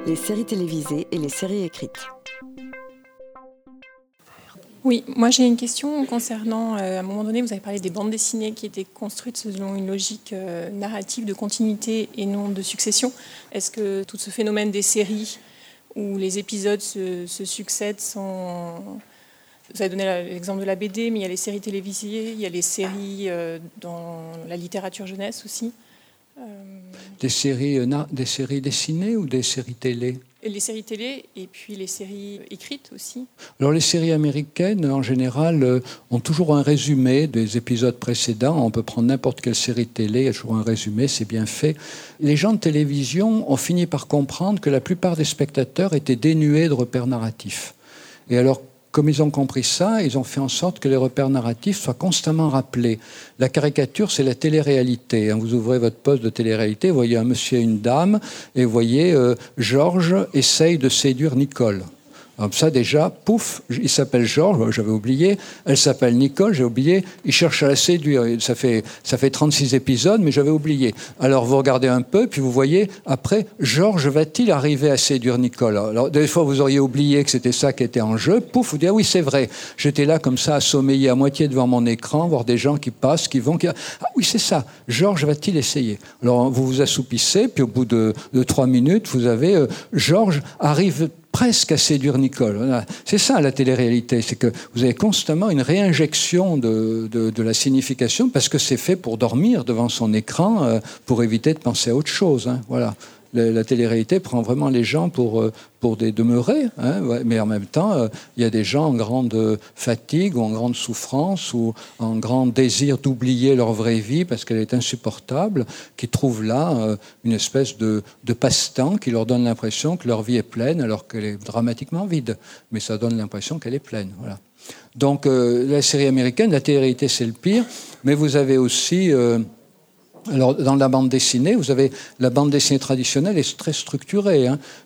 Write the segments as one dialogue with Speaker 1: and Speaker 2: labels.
Speaker 1: les séries télévisées et les séries écrites.
Speaker 2: Oui, moi j'ai une question concernant, à un moment donné, vous avez parlé des bandes dessinées qui étaient construites selon une logique narrative de continuité et non de succession. Est-ce que tout ce phénomène des séries où les épisodes se succèdent sans... Vous avez donné l'exemple de la BD, mais il y a les séries télévisées, il y a les séries dans la littérature jeunesse aussi.
Speaker 3: Des séries dessinées ou des séries télé ?
Speaker 2: Les séries télé et puis les séries écrites aussi.
Speaker 3: Alors les séries américaines, en général, ont toujours un résumé des épisodes précédents. On peut prendre n'importe quelle série télé, il y a toujours un résumé, c'est bien fait. Les gens de télévision ont fini par comprendre que la plupart des spectateurs étaient dénués de repères narratifs. Et alors, comme ils ont compris ça, ils ont fait en sorte que les repères narratifs soient constamment rappelés. La caricature, c'est la télé-réalité. Vous ouvrez votre poste de télé-réalité, vous voyez un monsieur et une dame, et vous voyez Georges essaye de séduire Nicole. Alors ça déjà, pouf, il s'appelle Georges, j'avais oublié, elle s'appelle Nicole, j'ai oublié, il cherche à la séduire. Ça fait 36 épisodes, mais j'avais oublié. Alors vous regardez un peu, puis vous voyez, après, Georges va-t-il arriver à séduire Nicole ? Alors des fois, vous auriez oublié que c'était ça qui était en jeu, pouf, vous dites, ah oui, c'est vrai, j'étais là comme ça, assommeillé à moitié devant mon écran, voir des gens qui passent, qui vont, ah oui, c'est ça, Georges va-t-il essayer ? Alors vous vous assoupissez, puis au bout de 3 minutes, vous avez Georges arrive presque à séduire Nicole. C'est ça la télé-réalité, c'est que vous avez constamment une réinjection de la signification parce que c'est fait pour dormir devant son écran, pour éviter de penser à autre chose. Voilà. La télé-réalité prend vraiment les gens pour des demeurés, mais en même temps, il y a des gens en grande fatigue ou en grande souffrance ou en grand désir d'oublier leur vraie vie parce qu'elle est insupportable, qui trouvent là une espèce de passe-temps qui leur donne l'impression que leur vie est pleine alors qu'elle est dramatiquement vide. Mais ça donne l'impression qu'elle est pleine. Voilà. Donc la série américaine, la télé-réalité, c'est le pire, mais vous avez aussi... Alors, dans la bande dessinée, vous avez la bande dessinée traditionnelle est très structurée.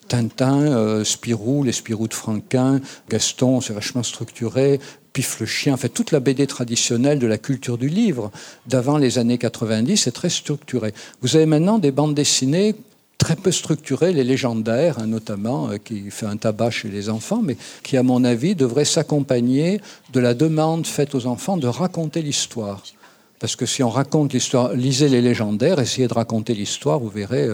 Speaker 3: Tintin, Spirou, les Spirou de Franquin, Gaston, c'est vachement structuré. Pif le chien, en fait, toute la BD traditionnelle de la culture du livre d'avant les années 90 est très structurée. Vous avez maintenant des bandes dessinées très peu structurées, les légendaires, notamment, qui fait un tabac chez les enfants, mais qui, à mon avis, devraient s'accompagner de la demande faite aux enfants de raconter l'histoire. Parce que si on raconte l'histoire, lisez les légendaires, essayez de raconter l'histoire, vous verrez,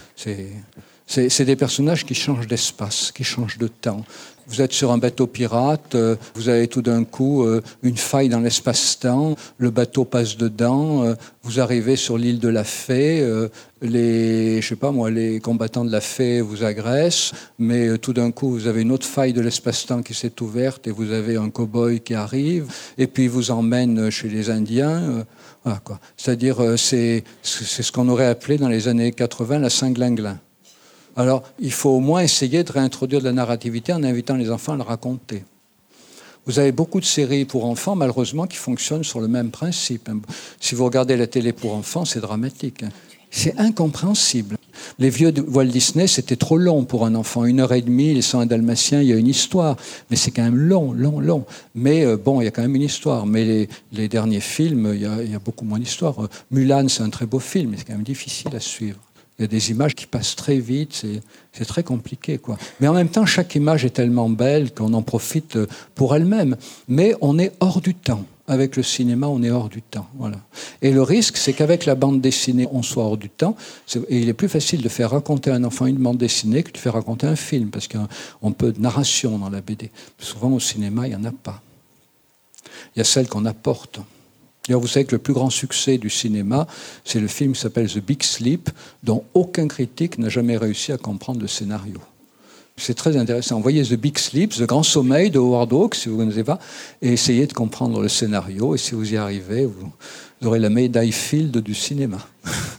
Speaker 3: c'est des personnages qui changent d'espace, qui changent de temps. Vous êtes sur un bateau pirate, vous avez tout d'un coup une faille dans l'espace-temps, le bateau passe dedans, vous arrivez sur l'île de la Fée, les combattants de la Fée vous agressent, mais tout d'un coup vous avez une autre faille de l'espace-temps qui s'est ouverte et vous avez un cow-boy qui arrive et puis il vous emmène chez les Indiens. Voilà, quoi. C'est-à-dire c'est ce qu'on aurait appelé dans les années 80 la Saint-Glinglin. Alors, il faut au moins essayer de réintroduire de la narrativité en invitant les enfants à le raconter. Vous avez beaucoup de séries pour enfants, malheureusement, qui fonctionnent sur le même principe. Si vous regardez la télé pour enfants, c'est dramatique. C'est incompréhensible. Les vieux de Walt Disney, c'était trop long pour un enfant. 1h30, les 101 Dalmatiens, il y a une histoire. Mais c'est quand même long. Mais bon, il y a quand même une histoire. Mais les derniers films, il y a beaucoup moins d'histoire. Mulan, c'est un très beau film, mais c'est quand même difficile à suivre. Il y a des images qui passent très vite, c'est très compliqué, quoi. Mais en même temps, chaque image est tellement belle qu'on en profite pour elle-même. Mais on est hors du temps. Avec le cinéma, on est hors du temps. Voilà. Et le risque, c'est qu'avec la bande dessinée, on soit hors du temps. Et il est plus facile de faire raconter à un enfant une bande dessinée que de faire raconter un film, parce qu'on peut de narration dans la BD. Souvent, au cinéma, il n'y en a pas. Il y a celle qu'on apporte. D'ailleurs, vous savez que le plus grand succès du cinéma, c'est le film qui s'appelle The Big Sleep, dont aucun critique n'a jamais réussi à comprendre le scénario. C'est très intéressant. Voyez The Big Sleep, Le Grand Sommeil de Howard Hawks, si vous ne connaissez pas, et essayez de comprendre le scénario. Et si vous y arrivez, vous aurez la médaille Field du cinéma.